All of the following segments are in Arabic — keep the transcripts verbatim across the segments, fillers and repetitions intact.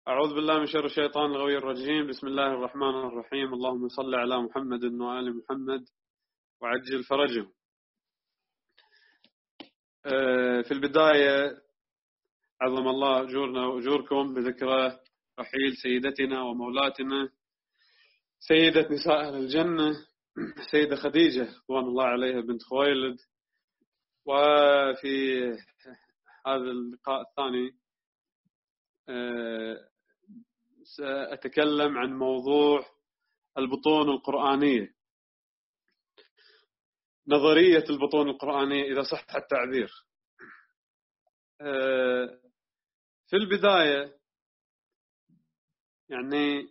أعوذ بالله من شر الشيطان الغوي الرجيم. بسم الله الرحمن الرحيم. اللهم صل على محمد وآل محمد وعجل فرجهم. في البداية عظم الله أجورنا وأجوركم بذكرى رحيل سيدتنا ومولاتنا سيدة نساء أهل الجنة سيدة خديجة رضوان الله عليها بنت خويلد. وفي هذا اللقاء الثاني سأتكلم عن موضوع البطون القرآنية، نظرية البطون القرآنية إذا صح التعبير. في البداية يعني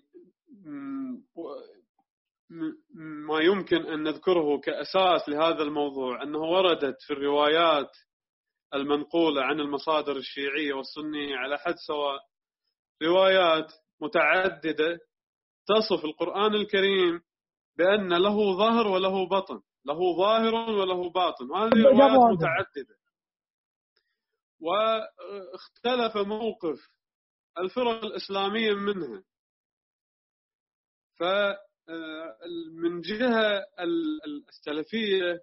ما يمكن أن نذكره كأساس لهذا الموضوع أنه وردت في الروايات المنقولة عن المصادر الشيعية والسنية على حد سواء روايات متعددة تصف القرآن الكريم بأن له ظهر وله بطن، له ظاهر وله باطن، وهذه روايات متعددة. واختلف موقف الفرق الإسلامية منها. فمن جهة السلفية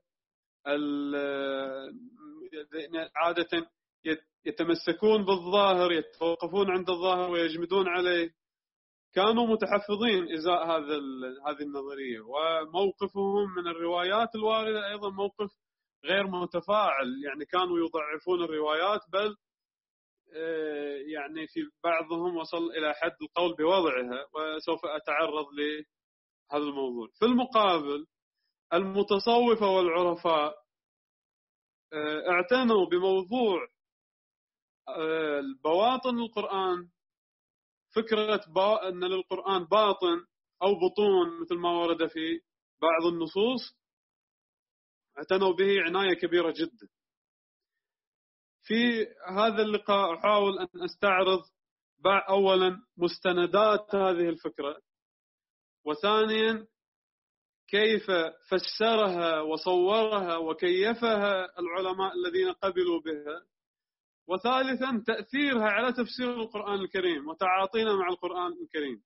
عادة يتمسكون بالظاهر، يتوقفون عند الظاهر ويجمدون عليه، كانوا متحفظين إزاء هذا هذه النظرية. وموقفهم من الروايات الواردة أيضا موقف غير متفاعل، يعني كانوا يضعفون الروايات، بل يعني في بعضهم وصل إلى حد القول بوضعها، وسوف أتعرض لهذا الموضوع. في المقابل المتصوفة والعرفاء اعتنوا بموضوع بواطن القرآن، فكرة أن للقرآن باطن أو بطون مثل ما ورد في بعض النصوص، اعتنوا به عناية كبيرة جدا. في هذا اللقاء أحاول أن أستعرض أولا مستندات هذه الفكرة، وثانيا كيف فسرها وصورها وكيفها العلماء الذين قبلوا بها، وثالثا تأثيرها على تفسير القرآن الكريم وتعاطينا مع القرآن الكريم.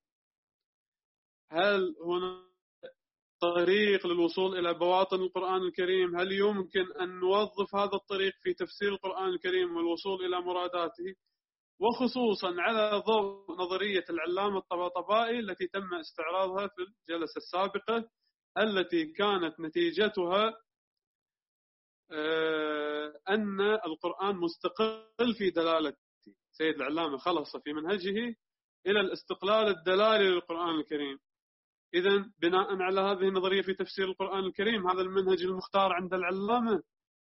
هل هناك طريق للوصول إلى بواطن القرآن الكريم؟ هل يمكن أن نوظف هذا الطريق في تفسير القرآن الكريم والوصول إلى مراداته؟ وخصوصا على ضوء نظرية العلامة الطباطبائي التي تم استعراضها في الجلسة السابقة، التي كانت نتيجتها أن القرآن مستقل في دلالته. سيد العلامة خلص في منهجه إلى الاستقلال الدلالي للقرآن الكريم. إذن بناء على هذه النظرية في تفسير القرآن الكريم، هذا المنهج المختار عند العلامة،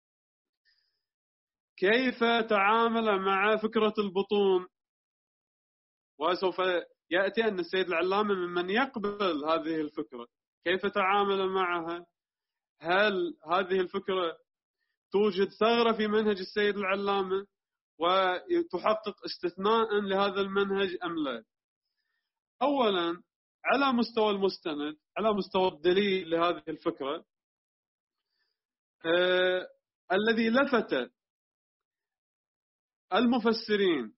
كيف تعامل مع فكرة البطون؟ وسوف يأتي أن السيد العلامة ممن يقبل هذه الفكرة. كيف تعامل معها؟ هل هذه الفكرة توجد ثغرة في منهج السيد العلامة وتحقق استثناء لهذا المنهج أم لا؟ أولا على مستوى المستند، على مستوى الدليل لهذه الفكرة، آه الذي لفت المفسرين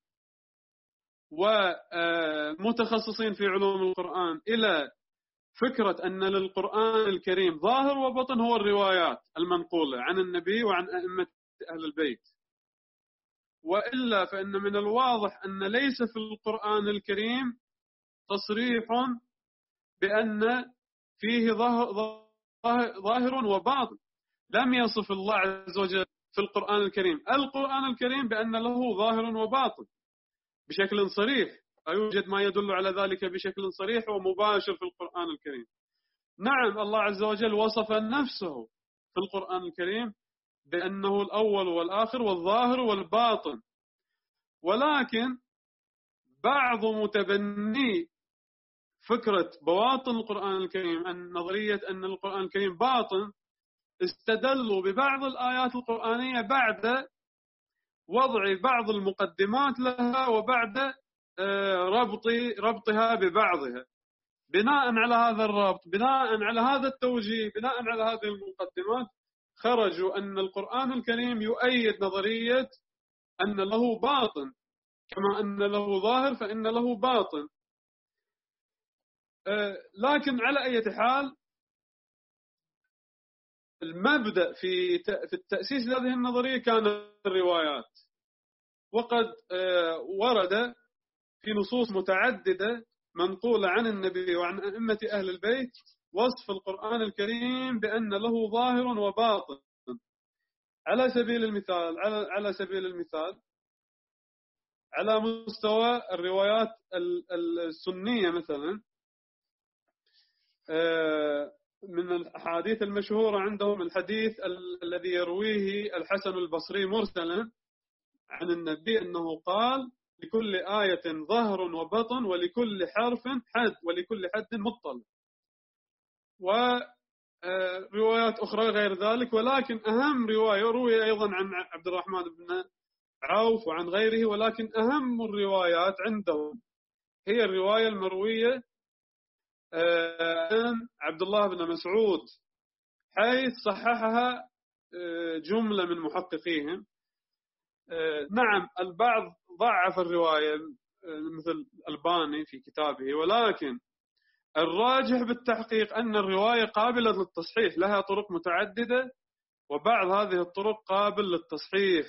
ومتخصصين في علوم القرآن إلى فكرة أن للقرآن الكريم ظاهر وبطن هو الروايات المنقولة عن النبي وعن أئمة أهل البيت. وإلا فإن من الواضح أن ليس في القرآن الكريم تصريح بأن فيه ظاهر وباطن. لم يصف الله عز وجل في القرآن الكريم القرآن الكريم بأن له ظاهر وباطن بشكل صريح، لا يوجد ما يدل على ذلك بشكل صريح ومباشر في القرآن الكريم. نعم الله عز وجل وصف نفسه في القرآن الكريم بأنه الأول والآخر والظاهر والباطن، ولكن بعض متبني فكرة بواطن القرآن الكريم، أن نظرية أن القرآن الكريم باطن، استدلوا ببعض الآيات القرآنية بعد وضع بعض المقدمات لها وبعد ربط ربطها ببعضها. بناء على هذا الربط، بناء على هذا التوجيه، بناء على هذه المقدمات، خرجوا أن القرآن الكريم يؤيد نظرية أن له باطن. كما أن له ظاهر فإن له باطن. لكن على أي حال المبدأ في في التأسيس لهذه النظرية كان الروايات، وقد ورد في نصوص متعددة منقولة عن النبي وعن أئمة أهل البيت وصف القرآن الكريم بأن له ظاهر وباطن. على سبيل المثال على على سبيل المثال على مستوى الروايات السنية مثلا، من الأحاديث المشهورة عندهم الحديث الذي يرويه الحسن البصري مرسلا عن النبي أنه قال: لكل آية ظهر وبطن ولكل حرف حد ولكل حد مطلع. وروايات أخرى غير ذلك، ولكن أهم رواية روي أيضا عن عبد الرحمن بن عوف وعن غيره، ولكن أهم الروايات عندهم هي الرواية المروية عن عبد الله بن مسعود، حيث صححها جملة من محققيهم. نعم البعض ضعف الرواية مثل الألباني في كتابه، ولكن الراجح بالتحقيق أن الرواية قابلة للتصحيح، لها طرق متعددة وبعض هذه الطرق قابل للتصحيح.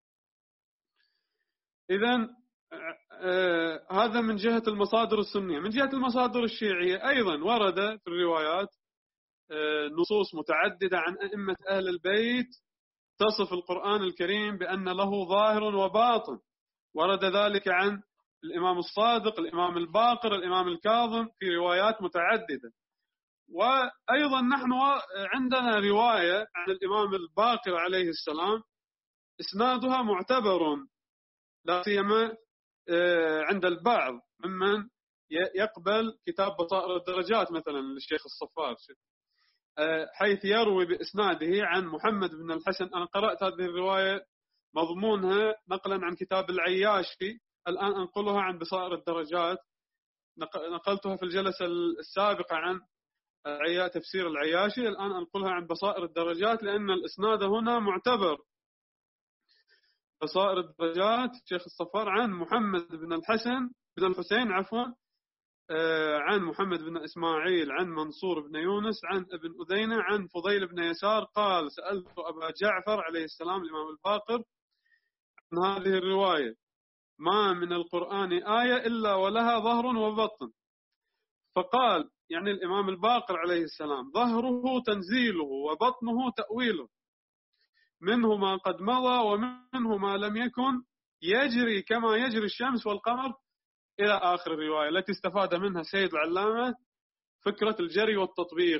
إذن آه هذا من جهة المصادر السنية. من جهة المصادر الشيعية أيضا ورد في الروايات آه نصوص متعددة عن أئمة أهل البيت تصف القرآن الكريم بأن له ظاهر وباطن. ورد ذلك عن الإمام الصادق، الإمام الباقر، الإمام الكاظم في روايات متعددة. وأيضا نحن عندنا رواية عن الإمام الباقر عليه السلام إسنادها معتبر، لا سيما عند البعض ممن يقبل كتاب بصائر الدرجات مثلا للشيخ الصفار، حيث يروي بإسناده عن محمد بن الحسن. أنا قرأت هذه الرواية مضمونها نقلا عن كتاب العياشي، الآن أنقلها عن بصائر الدرجات. نقلتها في الجلسة السابقة عن تفسير العياشي، الآن أنقلها عن بصائر الدرجات لأن الإسناد هنا معتبر. بصائر الدرجات شيخ الصفار عن محمد بن الحسن بن الحسين عفوا عن محمد بن إسماعيل عن منصور بن يونس عن ابن أذينة عن فضيل بن يسار قال: سألت أبا جعفر عليه السلام الإمام الباقر عن هذه الرواية: ما من القرآن آية إلا ولها ظهر وبطن. فقال، يعني الإمام الباقر عليه السلام: ظهره تنزيله وبطنه تأويله، منه ما قد مضى ومنه ما لم يكن، يجري كما يجري الشمس والقمر، إلى آخر الرواية التي استفاد منها سيد العلامة فكرة الجري والتطبيق.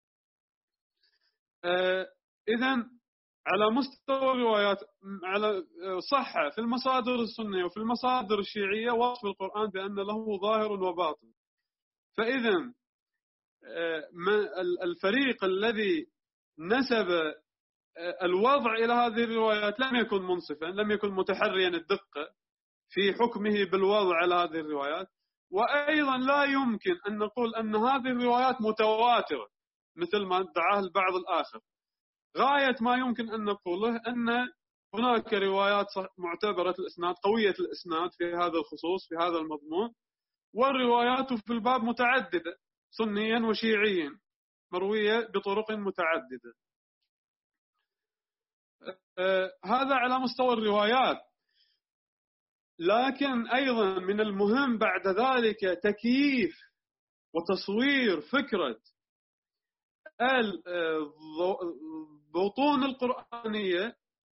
آه إذن على مستوى الروايات على صحة في المصادر السنية وفي المصادر الشيعية وصف القرآن بأن له ظاهر وباطن. فإذن الفريق الذي نسب الوضع إلى هذه الروايات لم يكن منصفا، لم يكن متحريا الدقة في حكمه بالوضع على هذه الروايات. وأيضا لا يمكن أن نقول أن هذه الروايات متواترة مثل ما ادعاه البعض الآخر. غاية ما يمكن أن نقوله أن هناك روايات معتبرة الإسناد قوية الإسناد في هذا الخصوص في هذا المضمون، والروايات في الباب متعددة سنيا وشيعيا مروية بطرق متعددة. آه هذا على مستوى الروايات. لكن أيضا من المهم بعد ذلك تكييف وتصوير فكرة البطون القرآنية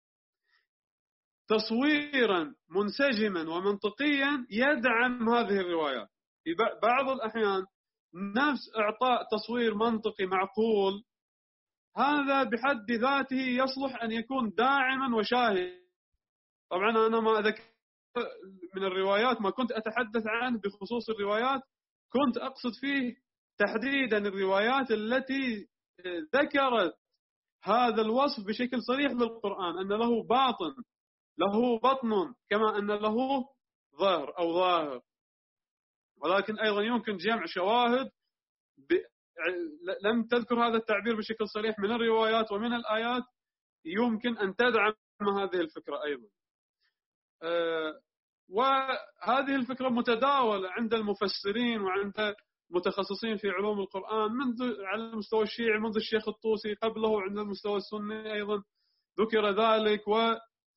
تصويرا منسجما ومنطقيا يدعم هذه الروايات. في بعض الأحيان نفس إعطاء تصوير منطقي معقول هذا بحد ذاته يصلح أن يكون داعما وشاهد. طبعا أنا ما أذكر من الروايات ما كنت أتحدث عنه بخصوص الروايات، كنت أقصد فيه تحديدا الروايات التي ذكرت هذا الوصف بشكل صريح للقرآن أن له باطن له بطن كما أن له ظاهر أو ظاهر. ولكن أيضا يمكن جمع شواهد ب... لم تذكر هذا التعبير بشكل صريح من الروايات ومن الآيات يمكن أن تدعم هذه الفكرة أيضا. وهذه الفكرة متداولة عند المفسرين وعند متخصصين في علوم القرآن منذ على المستوى الشيعي منذ الشيخ الطوسي، قبله عند المستوى السني أيضا ذكر ذلك وتم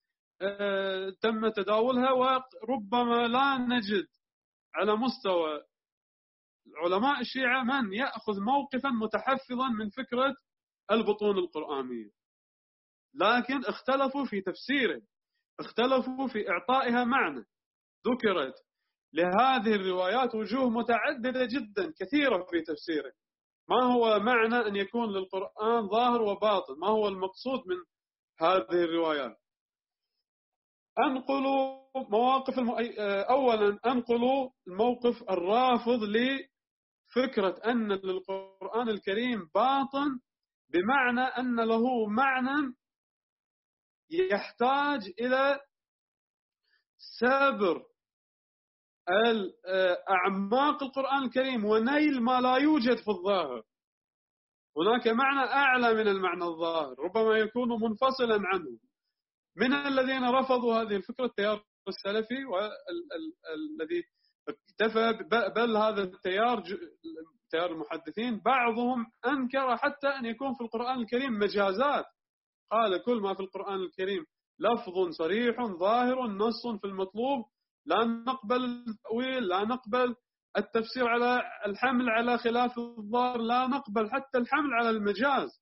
تداولها. وربما لا نجد على مستوى علماء الشيعة من يأخذ موقفا متحفظا من فكرة البطون القرآنية، لكن اختلفوا في تفسيره، اختلفوا في إعطائها معنى. ذكرت لهذه الروايات وجوه متعددة جدا كثيرة في تفسيره. ما هو معنى أن يكون للقرآن ظاهر وباطن؟ ما هو المقصود من هذه الروايات؟ أنقلوا مواقف المؤي... أولا أنقلوا الموقف الرافض لفكرة أن للقرآن الكريم باطن، بمعنى أن له معنى يحتاج إلى سبر أعماق القرآن الكريم ونيل ما لا يوجد في الظاهر. هناك معنى أعلى من المعنى الظاهر، ربما يكون منفصلا عنه. من الذين رفضوا هذه الفكرة التيار السلفي والذي اكتفى، بل هذا التيار تيار المحدثين بعضهم أنكر حتى أن يكون في القرآن الكريم مجازات. قال كل ما في القرآن الكريم لفظ صريح ظاهر نص في المطلوب، لا نقبل التأويل، لا نقبل التفسير على الحمل على خلاف الظاهر، لا نقبل حتى الحمل على المجاز.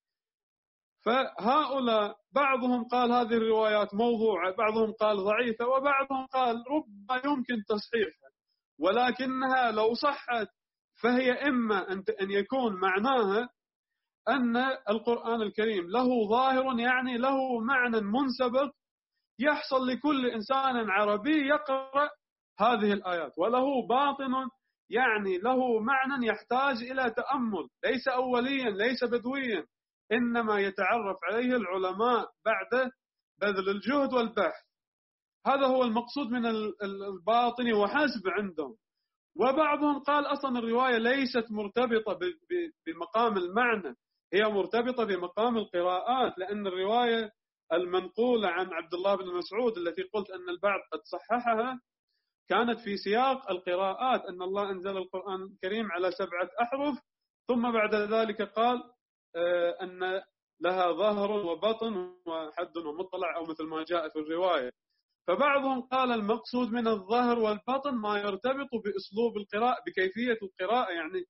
فهؤلاء بعضهم قال هذه الروايات موضوعة، بعضهم قال ضعيفة، وبعضهم قال ربما يمكن تصحيحها، ولكنها لو صحت فهي إما أن يكون معناها أن القرآن الكريم له ظاهر، يعني له معنى منسبق يحصل لكل إنسان عربي يقرأ هذه الآيات، وله باطن يعني له معنى يحتاج إلى تأمل، ليس أوليا ليس بدويا، إنما يتعرف عليه العلماء بعد بذل الجهد والبحث. هذا هو المقصود من الباطن وحسب عندهم. وبعضهم قال أصلا الرواية ليست مرتبطة بمقام المعنى، هي مرتبطة بمقام القراءات، لأن الرواية المنقولة عن عبد الله بن مسعود التي قلت أن البعض قد صححها كانت في سياق القراءات، أن الله أنزل القرآن الكريم على سبعة أحرف، ثم بعد ذلك قال أن لها ظهر وبطن وحد ومطلع، أو مثل ما جاء في الرواية. فبعضهم قال المقصود من الظهر والبطن ما يرتبط بأسلوب القراءة، بكيفية القراءة، يعني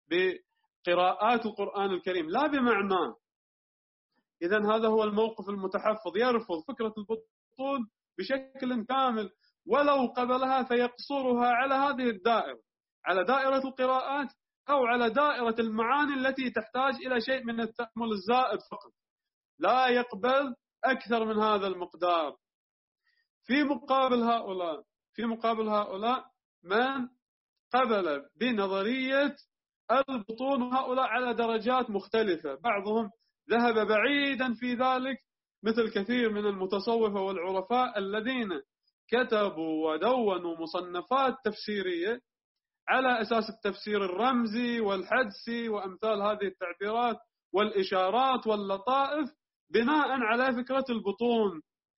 بقراءات القرآن الكريم لا بمعناه. إذن هذا هو الموقف المتحفظ، يرفض فكرة البطون بشكل كامل، ولو قبلها فيقصرها على هذه الدائرة، على دائرة القراءات أو على دائرة المعاني التي تحتاج إلى شيء من التأمل الزائد فقط، لا يقبل أكثر من هذا المقدار. في مقابل هؤلاء في مقابل هؤلاء من قبل بنظرية البطون، وهؤلاء على درجات مختلفة. بعضهم ذهب بعيدا في ذلك، مثل كثير من المتصوفة والعرفاء الذين كتبوا ودونوا مصنفات تفسيرية على أساس التفسير الرمزي والحدسي وأمثال هذه التعبيرات والإشارات واللطائف بناء على فكرة البطون.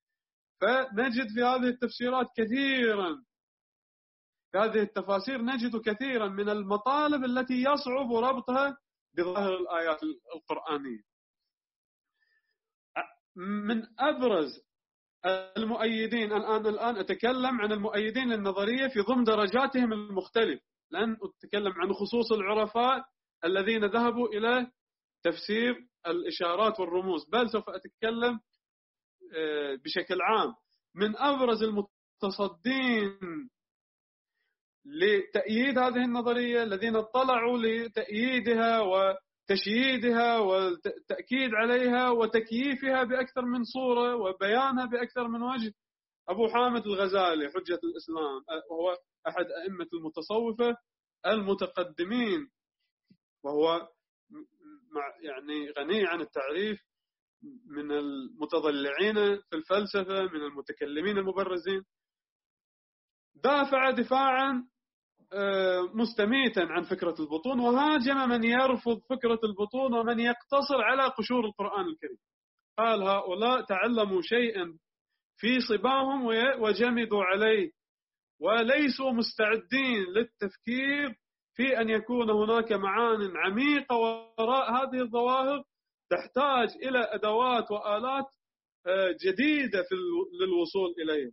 فنجد في هذه التفسيرات كثيرا، في هذه التفاسير نجد كثيرا من المطالب التي يصعب ربطها بظاهر الآيات القرآنية. من أبرز المؤيدين الآن الآن أتكلم عن المؤيدين للنظرية في ضمن درجاتهم المختلفة، لن أتكلم عن خصوص العرفاء الذين ذهبوا إلى تفسير الإشارات والرموز، بل سوف أتكلم بشكل عام. من أبرز المتصدين لتأييد هذه النظرية الذين اطلعوا لتأييدها وتشييدها والتأكيد عليها وتكييفها بأكثر من صورة وبيانها بأكثر من وجه، أبو حامد الغزالي حجة الإسلام، وهو أحد أئمة المتصوفة المتقدمين، وهو يعني غني عن التعريف، من المتضلعين في الفلسفة، من المتكلمين المبرزين. دافع دفاعا مستميتا عن فكرة البطون، وهاجم من يرفض فكرة البطون ومن يقتصر على قشور القرآن الكريم. قال هؤلاء تعلموا شيئا في صباهم وجمدوا عليه، وليسوا مستعدين للتفكير في أن يكون هناك معان عميقة وراء هذه الظواهر تحتاج إلى أدوات وآلات جديدة للوصول إليها.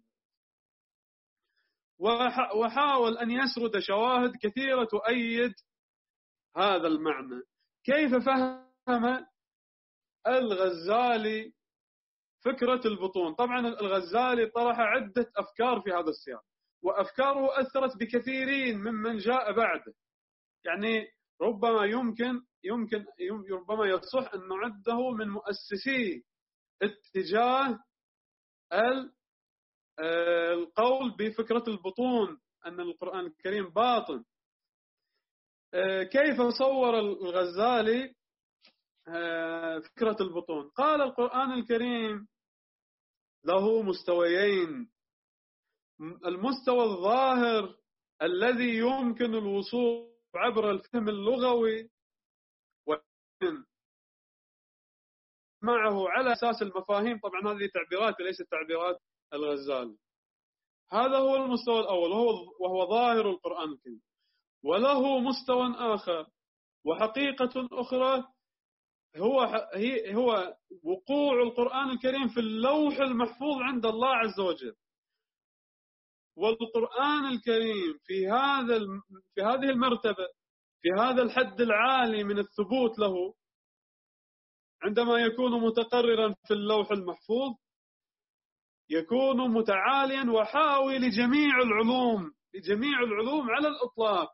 وحاول أن يسرد شواهد كثيرة تؤيد هذا المعنى. كيف فهم الغزالي فكرة البطون؟ طبعا الغزالي طرح عدة أفكار في هذا السياق، وأفكاره أثرت بكثيرين ممن جاء بعده. يعني ربما يمكن يمكن ربما يصح أن نعده من مؤسسي اتجاه القول بفكرة البطون، أن القرآن الكريم باطن. كيف صور الغزالي فكرة البطون؟ قال القرآن الكريم له مستويين: المستوى الظاهر الذي يمكن الوصول عبر الفهم اللغوي معه على أساس المفاهيم. طبعا هذه تعبيرات ليست تعبيرات الغزالي. هذا هو المستوى الأول وهو, وهو ظاهر القرآن الكريم. وله مستوى آخر وحقيقة أخرى هو هو وقوع القرآن الكريم في اللوح المحفوظ عند الله عز وجل. والقرآن الكريم في هذا في هذه المرتبة، في هذا الحد العالي من الثبوت له، عندما يكون متقررا في اللوح المحفوظ يكون متعاليا وحاوي لجميع العلوم لجميع العلوم على الإطلاق.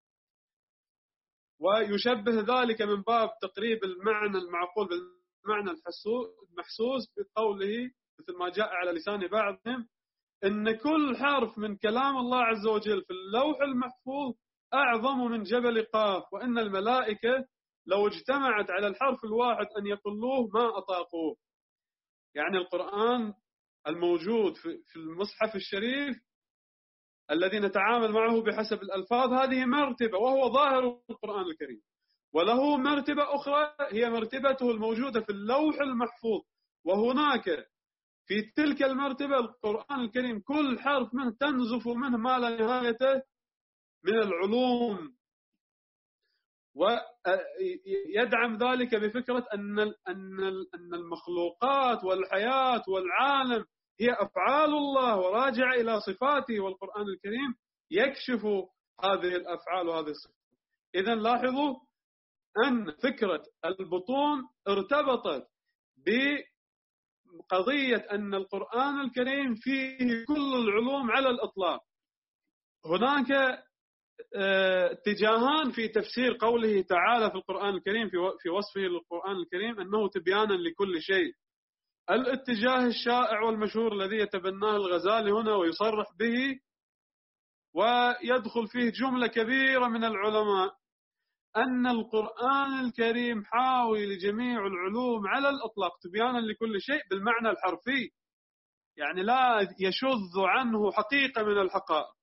ويشبه ذلك من باب تقريب المعنى المعقول بالمعنى المحسوس بقوله مثل ما جاء على لسان بعضهم إن كل حرف من كلام الله عز وجل في اللوح المحفوظ أعظم من جبل قاف، وإن الملائكة لو اجتمعت على الحرف الواحد أن يقولوه ما أطاقوه. يعني القرآن الموجود في المصحف الشريف الذي نتعامل معه بحسب الألفاظ هذه مرتبة وهو ظاهر القرآن الكريم، وله مرتبة أخرى هي مرتبته الموجودة في اللوح المحفوظ، وهناك في تلك المرتبة القرآن الكريم كل حرف منه تنزف منه ما لا نهاية من العلوم. ويدعم ذلك بفكرة أن أن المخلوقات والحياة والعالم هي أفعال الله وراجع إلى صفاته، والقرآن الكريم يكشف هذه الأفعال وهذه الصفات. إذن لاحظوا أن فكرة البطون ارتبطت بقضية أن القرآن الكريم فيه كل العلوم على الإطلاق. هناك اتجاهان في تفسير قوله تعالى في القرآن الكريم في وصفه للقرآن الكريم أنه تبيانا لكل شيء. الاتجاه الشائع والمشهور الذي يتبناه الغزالي هنا ويصرح به ويدخل فيه جملة كبيرة من العلماء أن القرآن الكريم حاوي لجميع العلوم على الإطلاق تبيانا لكل شيء بالمعنى الحرفي، يعني لا يشذ عنه حقيقة من الحقائق.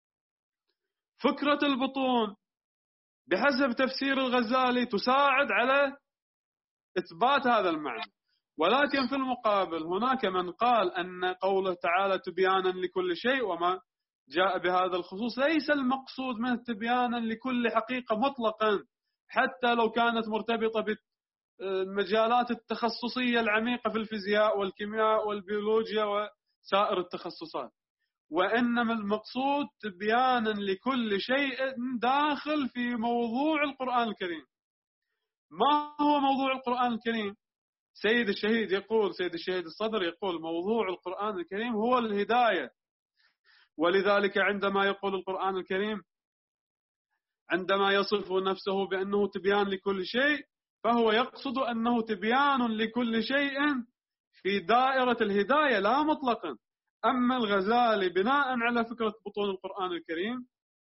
فكرة البطون بحسب تفسير الغزالي تساعد على إثبات هذا المعنى، ولكن في المقابل هناك من قال أن قوله تعالى تبيانا لكل شيء وما جاء بهذا الخصوص ليس المقصود منه تبيانا لكل حقيقة مطلقا، حتى لو كانت مرتبطة بالمجالات التخصصية العميقة في الفيزياء والكيمياء والبيولوجيا وسائر التخصصات، وإنما المقصود تبيانا لكل شيء داخل في موضوع القرآن الكريم. ما هو موضوع القرآن الكريم؟ سيد الشهيد يقول سيد الشهيد الصدر يقول موضوع القرآن الكريم هو الهداية. ولذلك عندما يقول القرآن الكريم عندما يصف نفسه بأنه تبيان لكل شيء فهو يقصد أنه تبيان لكل شيء في دائرة الهداية لا مطلقا. أما الغزالي بناء على فكرة بطون القرآن الكريم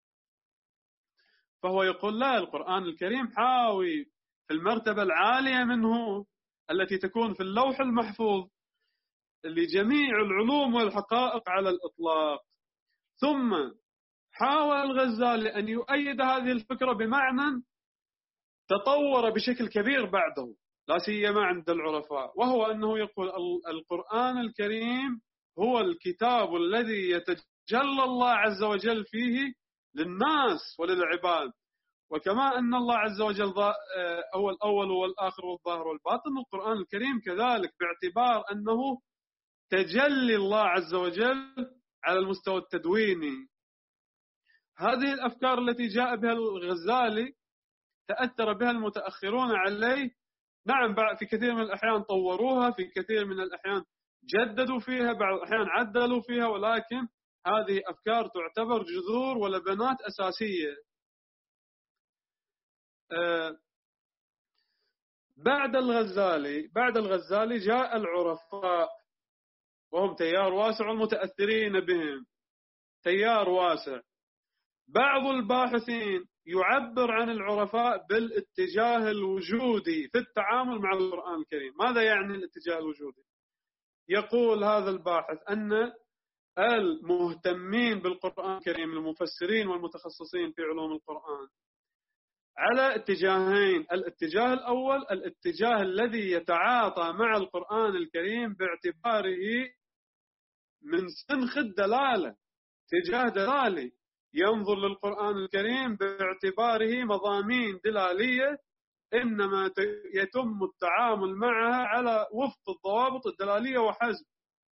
فهو يقول لا، القرآن الكريم حاوي في المرتبة العالية منه التي تكون في اللوح المحفوظ لجميع العلوم والحقائق على الإطلاق. ثم حاول الغزالي أن يؤيد هذه الفكرة بمعنى تطور بشكل كبير بعده لا سيما عند العرفاء، وهو أنه يقول القرآن الكريم هو الكتاب الذي تجلى الله عز وجل فيه للناس وللعباد. وكما أن الله عز وجل هو الأول والآخر والظاهر والباطن، القرآن الكريم كذلك باعتبار أنه تجلي الله عز وجل على المستوى التدويني. هذه الأفكار التي جاء بها الغزالي تأثر بها المتأخرون عليه، نعم في كثير من الأحيان طوروها، في كثير من الأحيان جددوا فيها، بعض الأحيان عدلوا فيها، ولكن هذه أفكار تعتبر جذور ولبنات أساسية. أه بعد الغزالي بعد الغزالي جاء العرفاء، وهم تيار واسع المتأثرين بهم، تيار واسع. بعض الباحثين يعبر عن العرفاء بالاتجاه الوجودي في التعامل مع القرآن الكريم. ماذا يعني الاتجاه الوجودي؟ يقول هذا الباحث أن المهتمين بالقرآن الكريم، المفسرين والمتخصصين في علوم القرآن، على اتجاهين. الاتجاه الأول الاتجاه الذي يتعاطى مع القرآن الكريم باعتباره من سنخ الدلالة، اتجاه دلالي، ينظر للقرآن الكريم باعتباره مضامين دلالية إنما يتم التعامل معها على وفق الضوابط الدلالية وحسب.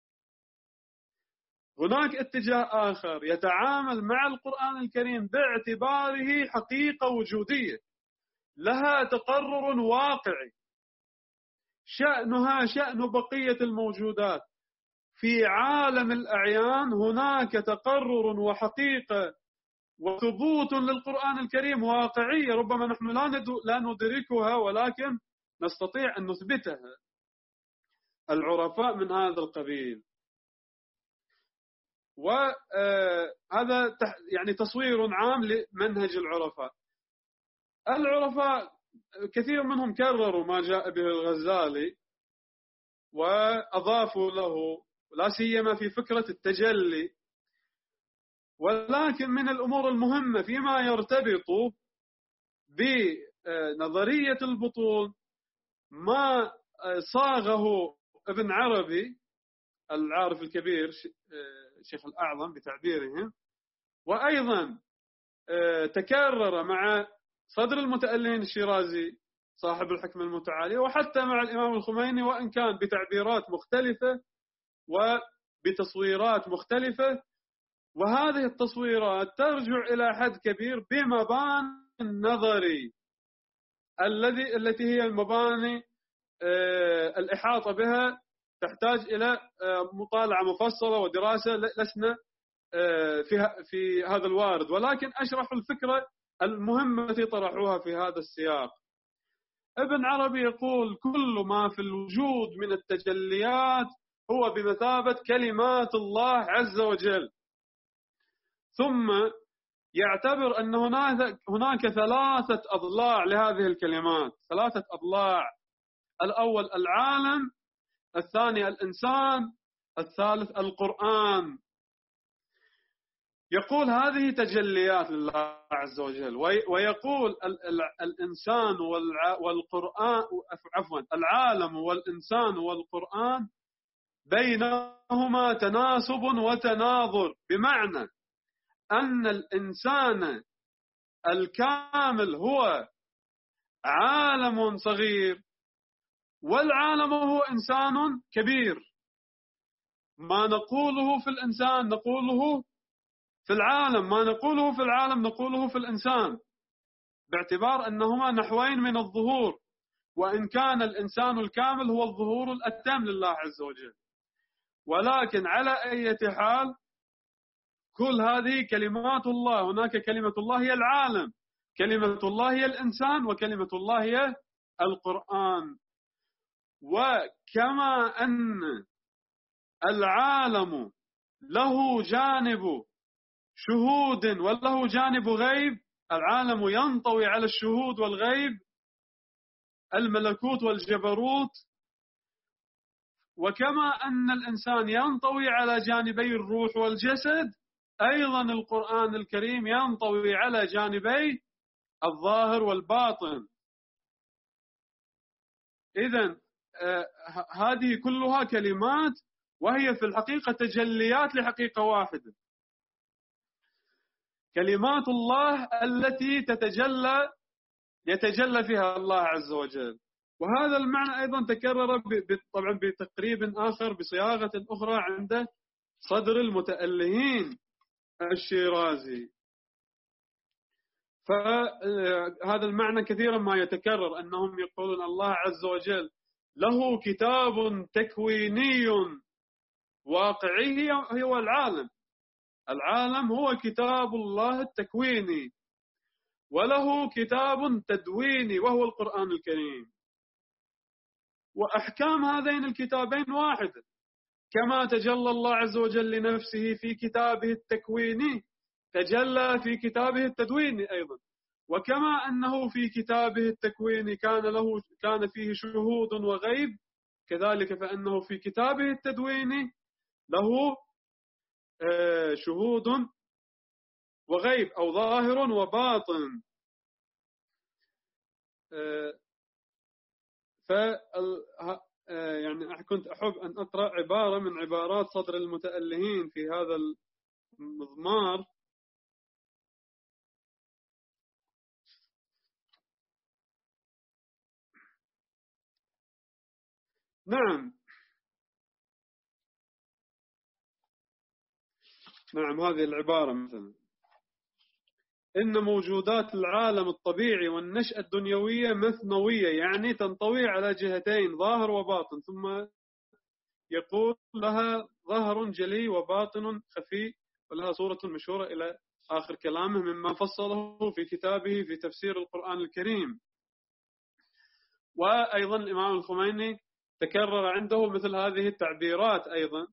هناك اتجاه آخر يتعامل مع القرآن الكريم باعتباره حقيقة وجودية لها تقرر واقعي، شأنها شأن بقية الموجودات. في عالم الأعيان هناك تقرر وحقيقة وثبوت للقرآن الكريم واقعية، ربما نحن لا ندركها ولكن نستطيع أن نثبتها. العرفاء من هذا القبيل. وهذا يعني تصوير عام لمنهج العرفاء. العرفاء كثير منهم كرروا ما جاء به الغزالي وأضافوا له، لا سيما في فكرة التجلي. ولكن من الأمور المهمة فيما يرتبط بنظرية البطون ما صاغه ابن عربي العارف الكبير، شيخ الأعظم بتعبيرهم، وأيضا تكرر مع صدر المتألين الشيرازي صاحب الحكمة المتعالية، وحتى مع الإمام الخميني، وإن كان بتعبيرات مختلفة وبتصويرات مختلفة. وهذه التصويرات ترجع إلى حد كبير بمباني النظري الذي التي هي المباني الإحاطة بها تحتاج إلى مطالعة مفصلة ودراسة، لسنا في في هذا الوارد، ولكن أشرح الفكرة المهمة التي طرحوها في هذا السياق. ابن عربي يقول كل ما في الوجود من التجليات هو بمثابة كلمات الله عز وجل. ثم يعتبر أن هناك هناك ثلاثة أضلاع لهذه الكلمات، ثلاثة أضلاع: الأول العالم، الثاني الإنسان، الثالث القرآن. يقول هذه تجليات لله عز وجل. ويقول الإنسان والقرآن، عفوا العالم والإنسان والقرآن بينهما تناسب وتناظر، بمعنى أن الإنسان الكامل هو عالم صغير والعالم هو إنسان كبير. ما نقوله في الإنسان نقوله في العالم، ما نقوله في العالم نقوله في الإنسان، باعتبار أنهما نحوين من الظهور، وإن كان الإنسان الكامل هو الظهور الأتم لله عز وجل. ولكن على أي حال كل هذه كلمات الله. هناك كلمة الله هي العالم، كلمة الله هي الإنسان، وكلمة الله هي القرآن. وكما أن العالم له جانب شهود وله جانب غيب، العالم ينطوي على الشهود والغيب، الملكوت والجبروت. وكما أن الإنسان ينطوي على جانبي الروح والجسد، أيضا القرآن الكريم ينطوي على جانبي الظاهر والباطن. إذن آه هذه كلها كلمات، وهي في الحقيقة تجليات لحقيقة واحدة. كلمات الله التي تتجلى يتجلى فيها الله عز وجل. وهذا المعنى أيضا تكرر طبعا بتقريب آخر بصياغة أخرى عند صدر المتألهين الشيرازي. فهذا المعنى كثيرا ما يتكرر، أنهم يقولون الله عز وجل له كتاب تكويني واقعي هو العالم. العالم هو كتاب الله التكويني، وله كتاب تدويني وهو القرآن الكريم. وأحكام هذين الكتابين واحدة، كما تجلى الله عز وجل لنفسه في كتابه التكويني تجلى في كتابه التدويني أيضا. وكما أنه في كتابه التكويني كان له كان فيه شهود وغيب، كذلك فإنه في كتابه التدويني له شهود وغيب أو ظاهر وباطن. ف يعني كنت أحب أن أقرأ عبارة من عبارات صدر المتألهين في هذا المضمار. نعم نعم هذه العبارة مثلا: إن موجودات العالم الطبيعي والنشأة الدنيوية مثنوية، يعني تنطوي على جهتين ظاهر وباطن، ثم يقول لها ظاهر جلي وباطن خفي، ولها صورة مشهورة إلى آخر كلامه مما فصله في كتابه في تفسير القرآن الكريم. وأيضا الإمام الخميني تكرر عنده مثل هذه التعبيرات أيضا.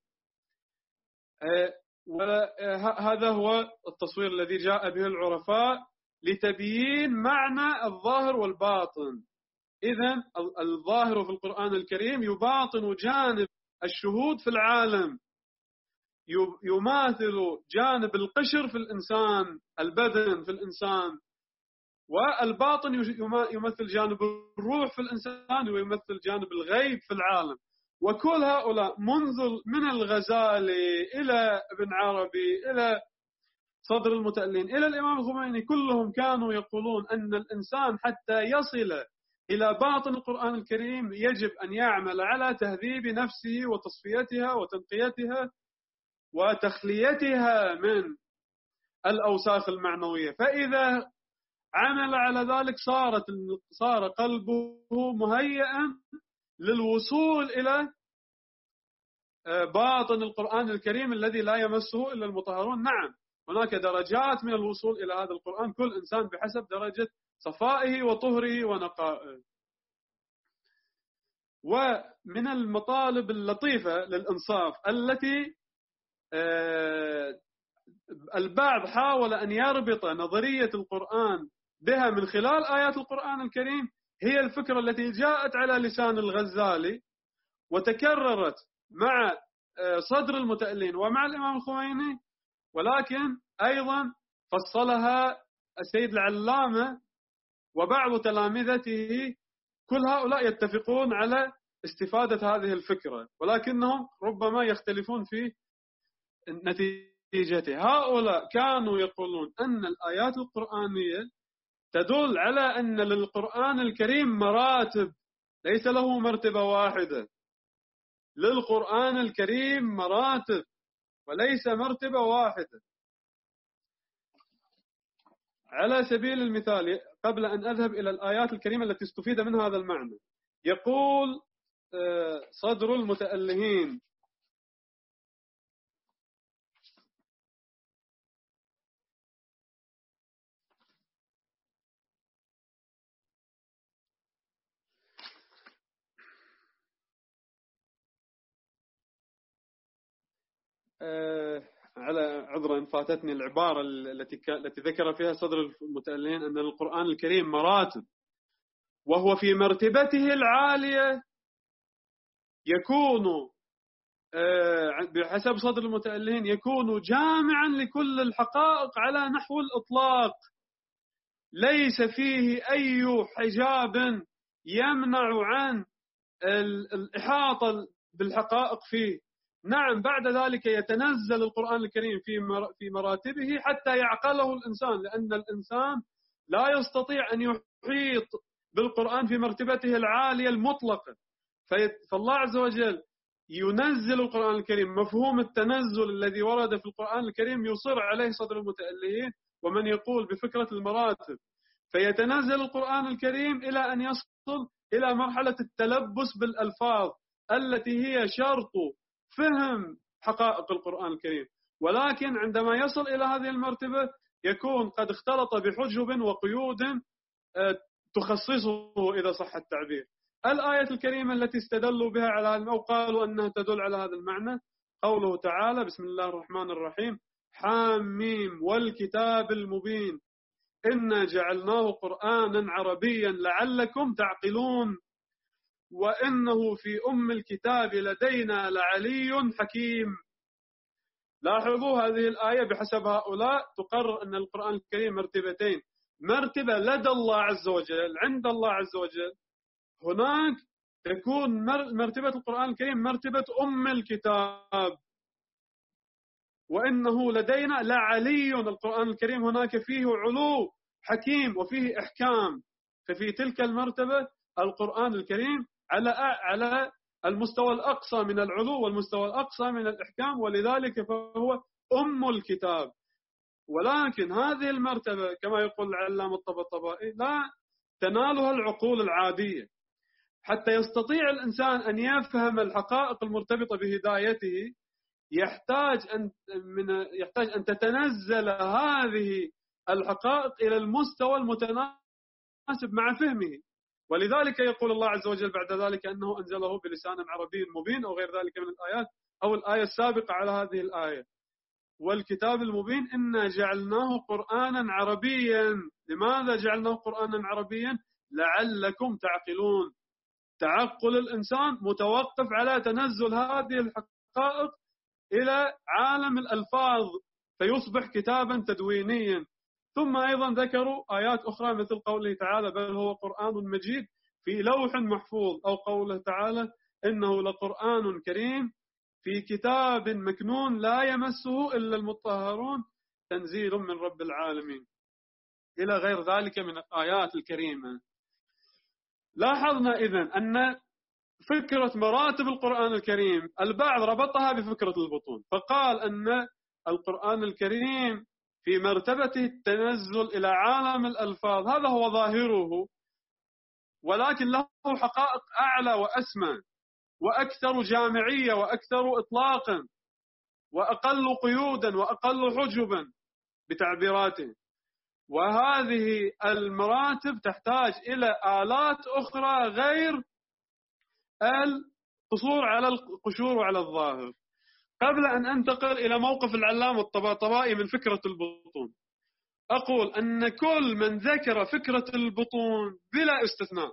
وهذا هو التصوير الذي جاء به العرفاء لتبيين معنى الظاهر والباطن. إذن الظاهر في القرآن الكريم يباطن جانب الشهود في العالم، يماثل جانب القشر في الإنسان، البدن في الإنسان، والباطن يمثل جانب الروح في الإنسان ويمثل جانب الغيب في العالم. وكل هؤلاء منذ من الغزالي إلى ابن عربي إلى صدر المتألين إلى الإمام الخميني كلهم كانوا يقولون أن الإنسان حتى يصل إلى باطن القرآن الكريم يجب أن يعمل على تهذيب نفسه وتصفيتها وتنقيتها وتخليتها من الأوساخ المعنوية. فإذا عمل على ذلك صارت صار قلبه مهيئا للوصول إلى باطن القرآن الكريم الذي لا يمسه إلا المطهرون. نعم هناك درجات من الوصول إلى هذا القرآن، كل إنسان بحسب درجة صفائه وطهره ونقائه. ومن المطالب اللطيفة للإنصاف التي البعض حاول أن يربط نظرية القرآن بها من خلال آيات القرآن الكريم هي الفكرة التي جاءت على لسان الغزالي وتكررت مع صدر المتألين ومع الإمام الخميني، ولكن أيضا فصلها السيد العلامة وبعض تلامذته. كل هؤلاء يتفقون على استفادة هذه الفكرة، ولكنهم ربما يختلفون في نتيجته. هؤلاء كانوا يقولون أن الآيات القرآنية تدل على أن للقرآن الكريم مراتب، ليس له مرتبة واحدة. للقرآن الكريم مراتب وليس مرتبة واحدة. على سبيل المثال، قبل أن أذهب إلى الآيات الكريمة التي استفيد منها هذا المعنى، يقول صدر المتألهين: على عذرا إن فاتتني العبارة التي التي ذكر فيها صدر المتألهين أن القرآن الكريم مراتب، وهو في مرتبته العالية يكون بحسب صدر المتألهين يكون جامعا لكل الحقائق على نحو الإطلاق، ليس فيه أي حجاب يمنع عن الإحاطة بالحقائق فيه، نعم بعد ذلك يتنزل القرآن الكريم في في مراتبه حتى يعقله الإنسان، لأن الإنسان لا يستطيع أن يحيط بالقرآن في مرتبته العالية المطلقة. فالله عز وجل ينزل القرآن الكريم، مفهوم التنزل الذي ورد في القرآن الكريم يصر عليه صدر المتألهين ومن يقول بفكرة المراتب. فيتنزل القرآن الكريم إلى أن يصل إلى مرحلة التلبس بالألفاظ التي هي شرط فهم حقائق القرآن الكريم، ولكن عندما يصل إلى هذه المرتبة يكون قد اختلط بحجب وقيود تخصصه إذا صح التعبير. الآية الكريمة التي استدلوا بها على هذا أو قالوا أنها تدل على هذا المعنى قوله تعالى: بسم الله الرحمن الرحيم، حاميم والكتاب المبين إنا جعلناه قرآنا عربيا لعلكم تعقلون وإنه في أم الكتاب لدينا لعلي حكيم. لاحظوا هذه الآية بحسب هؤلاء تقرر أن القرآن الكريم مرتبتين: مرتبة لدى الله عز وجل عند الله عز وجل، هناك تكون مرتبة القرآن الكريم مرتبة أم الكتاب، وإنه لدينا لعلي، القرآن الكريم هناك فيه علو حكيم وفيه إحكام. ففي تلك المرتبة القرآن الكريم على على المستوى الأقصى من العلو والمستوى الأقصى من الإحكام، ولذلك فهو أم الكتاب. ولكن هذه المرتبة كما يقول العلامة الطباطبائي لا تنالها العقول العادية. حتى يستطيع الإنسان أن يفهم الحقائق المرتبطة بهدايته يحتاج أن من يحتاج أن تتنزل هذه الحقائق إلى المستوى المتناسب مع فهمه. ولذلك يقول الله عز وجل بعد ذلك أنه أنزله بلسان عربي مبين أو غير ذلك من الآيات، أو الآية السابقة على هذه الآية: والكتاب المبين إنا جعلناه قرآنا عربيا. لماذا جعلناه قرآنا عربيا؟ لعلكم تعقلون. تعقل الإنسان متوقف على تنزل هذه الحقائق إلى عالم الألفاظ فيصبح كتابا تدوينيا. ثم أيضا ذكروا آيات أخرى مثل قوله تعالى: بل هو قرآن مجيد في لوح محفوظ، أو قوله تعالى: إنه لقرآن كريم في كتاب مكنون لا يمسه إلا المطهرون تنزيل من رب العالمين، إلى غير ذلك من الآيات الكريمة. لاحظنا إذن أن فكرة مراتب القرآن الكريم البعض ربطها بفكرة البطون، فقال أن القرآن الكريم في مرتبته التنزل إلى عالم الألفاظ، هذا هو ظاهره، ولكن له حقائق أعلى وأسمى وأكثر جامعية وأكثر إطلاقا وأقل قيودا وأقل حجبا بتعبيراته. وهذه المراتب تحتاج إلى آلات أخرى غير القصور على القشور وعلى الظاهر. قبل أن أنتقل إلى موقف العلامة الطباطبائي من فكرة البطون، أقول أن كل من ذكر فكرة البطون بلا استثناء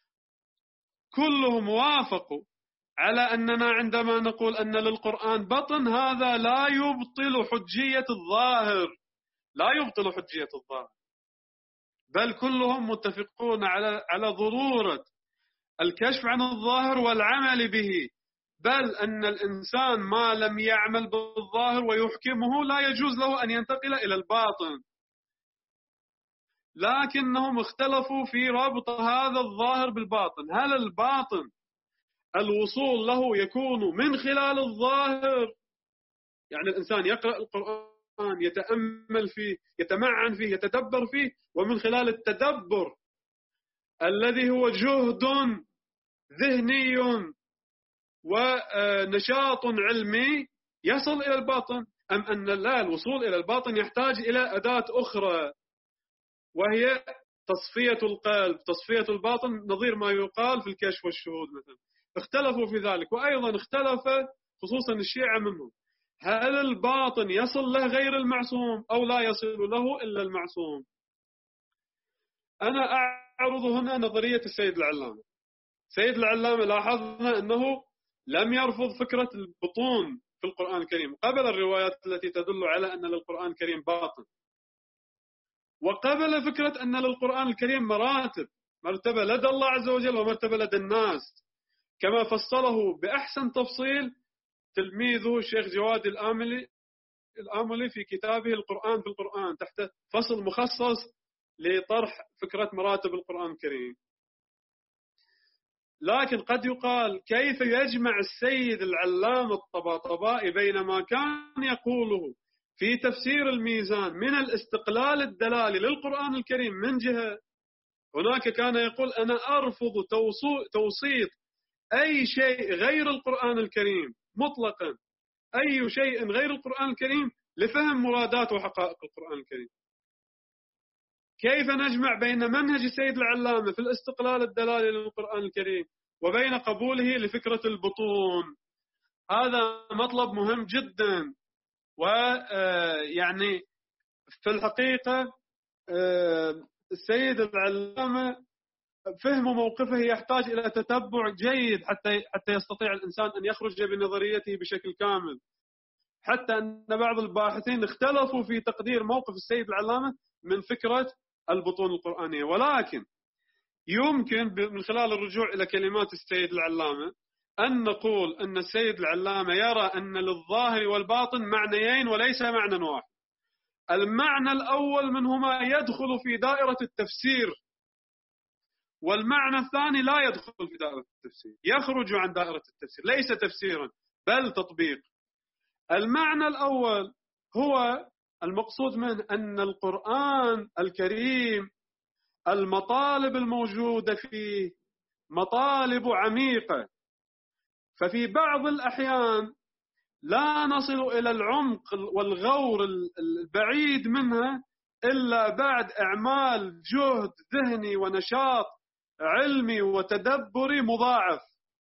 كلهم وافقوا على أننا عندما نقول أن للقرآن بطن هذا لا يبطل حجية الظاهر، لا يبطل حجية الظاهر، بل كلهم متفقون على على ضرورة الكشف عن الظاهر والعمل به، بل أن الإنسان ما لم يعمل بالظاهر ويحكمه لا يجوز له أن ينتقل إلى الباطن. لكنهم اختلفوا في ربط هذا الظاهر بالباطن. هل الباطن الوصول له يكون من خلال الظاهر، يعني الإنسان يقرأ القرآن يتأمل فيه يتمعن فيه يتدبر فيه، ومن خلال التدبر الذي هو جهد ذهني ونشاط علمي يصل إلى الباطن، أم أن لا، الوصول إلى الباطن يحتاج إلى أداة أخرى وهي تصفية القلب، تصفية الباطن، نظير ما يقال في الكشف والشهود مثلا. اختلفوا في ذلك، وأيضا اختلف خصوصا الشيعة منهم، هل الباطن يصل له غير المعصوم أو لا يصل له إلا المعصوم؟ أنا أعرض هنا نظرية السيد العلامة. سيد العلامة لاحظنا أنه لم يرفض فكرة البطون في القرآن الكريم، قبل الروايات التي تدل على أن للقرآن الكريم باطن، وقبل فكرة أن للقرآن الكريم مراتب، مرتبة لدى الله عز وجل ومرتبة لدى الناس، كما فصله بأحسن تفصيل تلميذه الشيخ جواد الآملي الآملي في كتابه القرآن في القرآن تحت فصل مخصص لطرح فكرة مراتب القرآن الكريم. لكن قد يقال كيف يجمع السيد العلامة الطباطبائي بين ما كان يقوله في تفسير الميزان من الاستقلال الدلالي للقرآن الكريم من جهة، هناك كان يقول أنا أرفض توسيط أي شيء غير القرآن الكريم مطلقا، أي شيء غير القرآن الكريم لفهم مرادات وحقائق القرآن الكريم. كيف نجمع بين منهج السيد العلامة في الاستقلال الدلالي للقرآن الكريم وبين قبوله لفكرة البطون؟ هذا مطلب مهم جدا، ويعني في الحقيقة السيد العلامة فهم موقفه يحتاج إلى تتبع جيد حتى حتى يستطيع الإنسان أن يخرج بنظريته بشكل كامل. حتى أن بعض الباحثين اختلفوا في تقدير موقف السيد العلامة من فكرة البطون القرآنية، ولكن يمكن من خلال الرجوع إلى كلمات السيد العلامة أن نقول أن السيد العلامة يرى أن للظاهر والباطن معنيين وليس معنى واحد. المعنى الأول منهما يدخل في دائرة التفسير، والمعنى الثاني لا يدخل في دائرة التفسير، يخرج عن دائرة التفسير، ليس تفسيرا بل تطبيق. المعنى الأول هو المقصود منه أن القرآن الكريم المطالب الموجودة فيه مطالب عميقة، ففي بعض الأحيان لا نصل إلى العمق والغور البعيد منها إلا بعد إعمال جهد ذهني ونشاط علمي وتدبري مضاعف.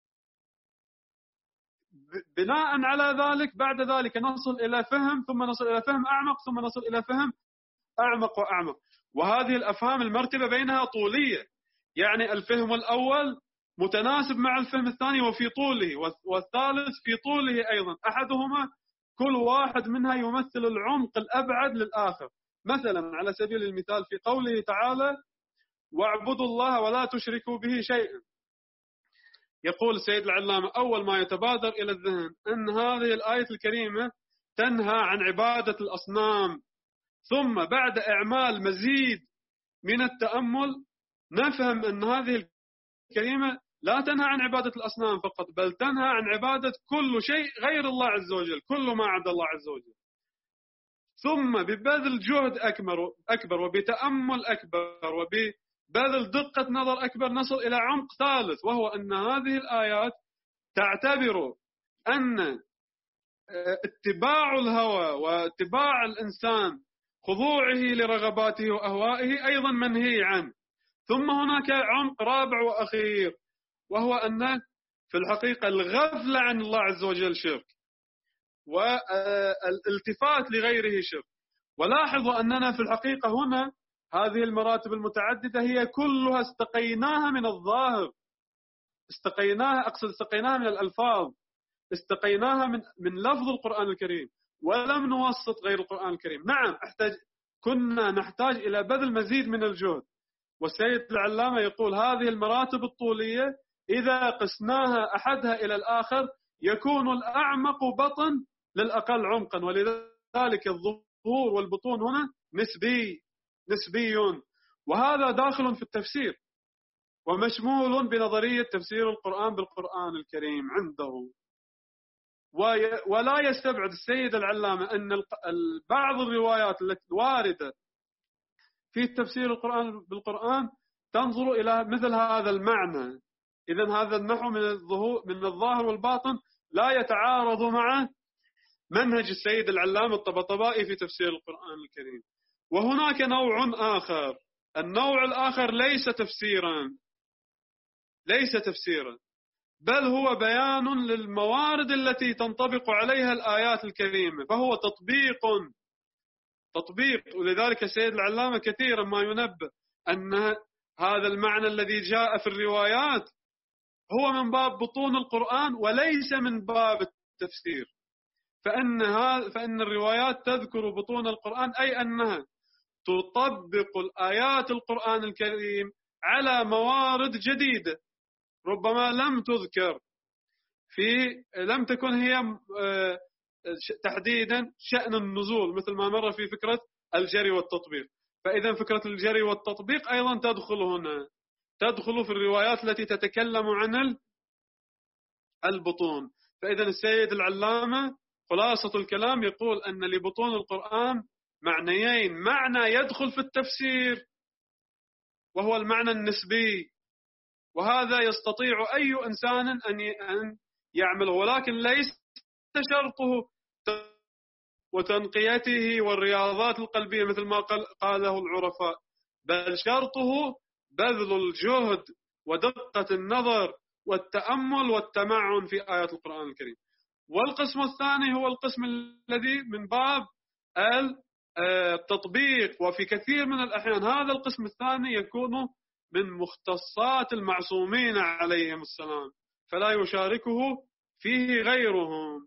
بناء على ذلك بعد ذلك نصل إلى فهم، ثم نصل إلى فهم أعمق، ثم نصل إلى فهم أعمق وأعمق. وهذه الأفهام المرتبة بينها طولية، يعني الفهم الأول متناسب مع الفهم الثاني وفي طوله، والثالث في طوله أيضا، أحدهما كل واحد منها يمثل العمق الأبعد للآخر. مثلا على سبيل المثال في قوله تعالى واعبدوا الله ولا تشركوا به شيئا، يقول السيد العلامة أول ما يتبادر إلى الذهن أن هذه الآية الكريمة تنهى عن عبادة الأصنام، ثم بعد إعمال مزيد من التأمل نفهم أن هذه الكريمة لا تنهى عن عبادة الأصنام فقط، بل تنهى عن عبادة كل شيء غير الله عز وجل، كل ما عدا الله عز وجل. ثم ببذل جهد أكبر أكبر وبتأمل أكبر وببذل دقة نظر أكبر نصل إلى عمق ثالث، وهو أن هذه الآيات تعتبر أن اتباع الهوى واتباع الإنسان خضوعه لرغباته وأهوائه أيضا منهي عنه. ثم هناك عمق رابع وأخير، وهو أن في الحقيقة الغفلة عن الله عز وجل شرك، والالتفات لغيره شرك. ولاحظوا أننا في الحقيقة هنا هذه المراتب المتعددة هي كلها استقيناها من الظاهر، استقيناها أقصد استقيناها من الألفاظ، استقيناها من من لفظ القرآن الكريم، ولم نوسط غير القرآن الكريم. نعم احتاج كنا نحتاج إلى بذل مزيد من الجهد، والسيد العلامة يقول هذه المراتب الطولية إذا قسناها أحدها إلى الآخر يكون الأعمق بطن للأقل عمقا، ولذلك الظهور والبطون هنا نسبي نسبي، وهذا داخل في التفسير ومشمول بنظرية تفسير القرآن بالقرآن الكريم عنده. ولا يستبعد السيد العلامة أن بعض الروايات التي واردة في تفسير القرآن بالقرآن تنظر إلى مثل هذا المعنى. إذن هذا النحو من الظهور من الظاهر والباطن لا يتعارض مع منهج السيد العلامة الطباطبائي في تفسير القرآن الكريم. وهناك نوع آخر، النوع الآخر ليس تفسيرا ليس تفسيرا بل هو بيان للموارد التي تنطبق عليها الآيات الكريمة، فهو تطبيق تطبيق ولذلك السيد العلامة كثيرا ما ينبه أن هذا المعنى الذي جاء في الروايات هو من باب بطون القرآن وليس من باب التفسير، فإن, فإن الروايات تذكر بطون القرآن أي أنها تطبق الآيات القرآن الكريم على موارد جديدة ربما لم تذكر في لم تكن هي تحديدا شأن النزول مثل ما مر في فكرة الجري والتطبيق. فإذا فكرة الجري والتطبيق أيضا تدخل هنا، تدخل في الروايات التي تتكلم عن البطون. فإذا السيد العلامة خلاصة الكلام يقول أن لبطون القرآن معنيين: معنى يدخل في التفسير وهو المعنى النسبي، وهذا يستطيع أي إنسان أن يعمله، ولكن ليس شرطه وتنقيته والرياضات القلبية مثل ما قاله العرفاء، بل شرطه بذل الجهد ودقة النظر والتأمل والتمعن في آيات القرآن الكريم. والقسم الثاني هو القسم الذي من باب التطبيق، وفي كثير من الأحيان هذا القسم الثاني يكون من مختصات المعصومين عليهم السلام، فلا يشاركه فيه غيرهم.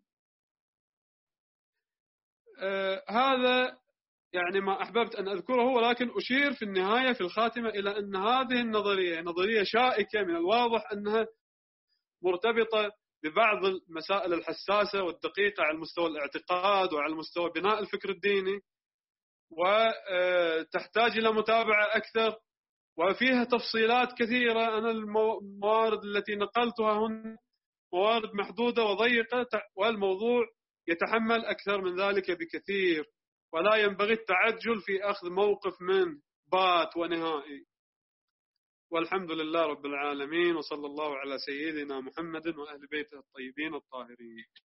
آه هذا يعني ما أحببت أن أذكره، ولكن أشير في النهاية في الخاتمة إلى أن هذه النظرية نظرية شائكة، من الواضح أنها مرتبطة ببعض المسائل الحساسة والدقيقة على مستوى الاعتقاد وعلى مستوى بناء الفكر الديني، وتحتاج إلى متابعة أكثر، وفيها تفصيلات كثيرة. أنا الموارد التي نقلتها هنا موارد محدودة وضيقة، والموضوع يتحمل أكثر من ذلك بكثير، ولا ينبغي التعجل في أخذ موقف من بات ونهائي. والحمد لله رب العالمين، وصلى الله على سيدنا محمد وأهل بيته الطيبين الطاهرين.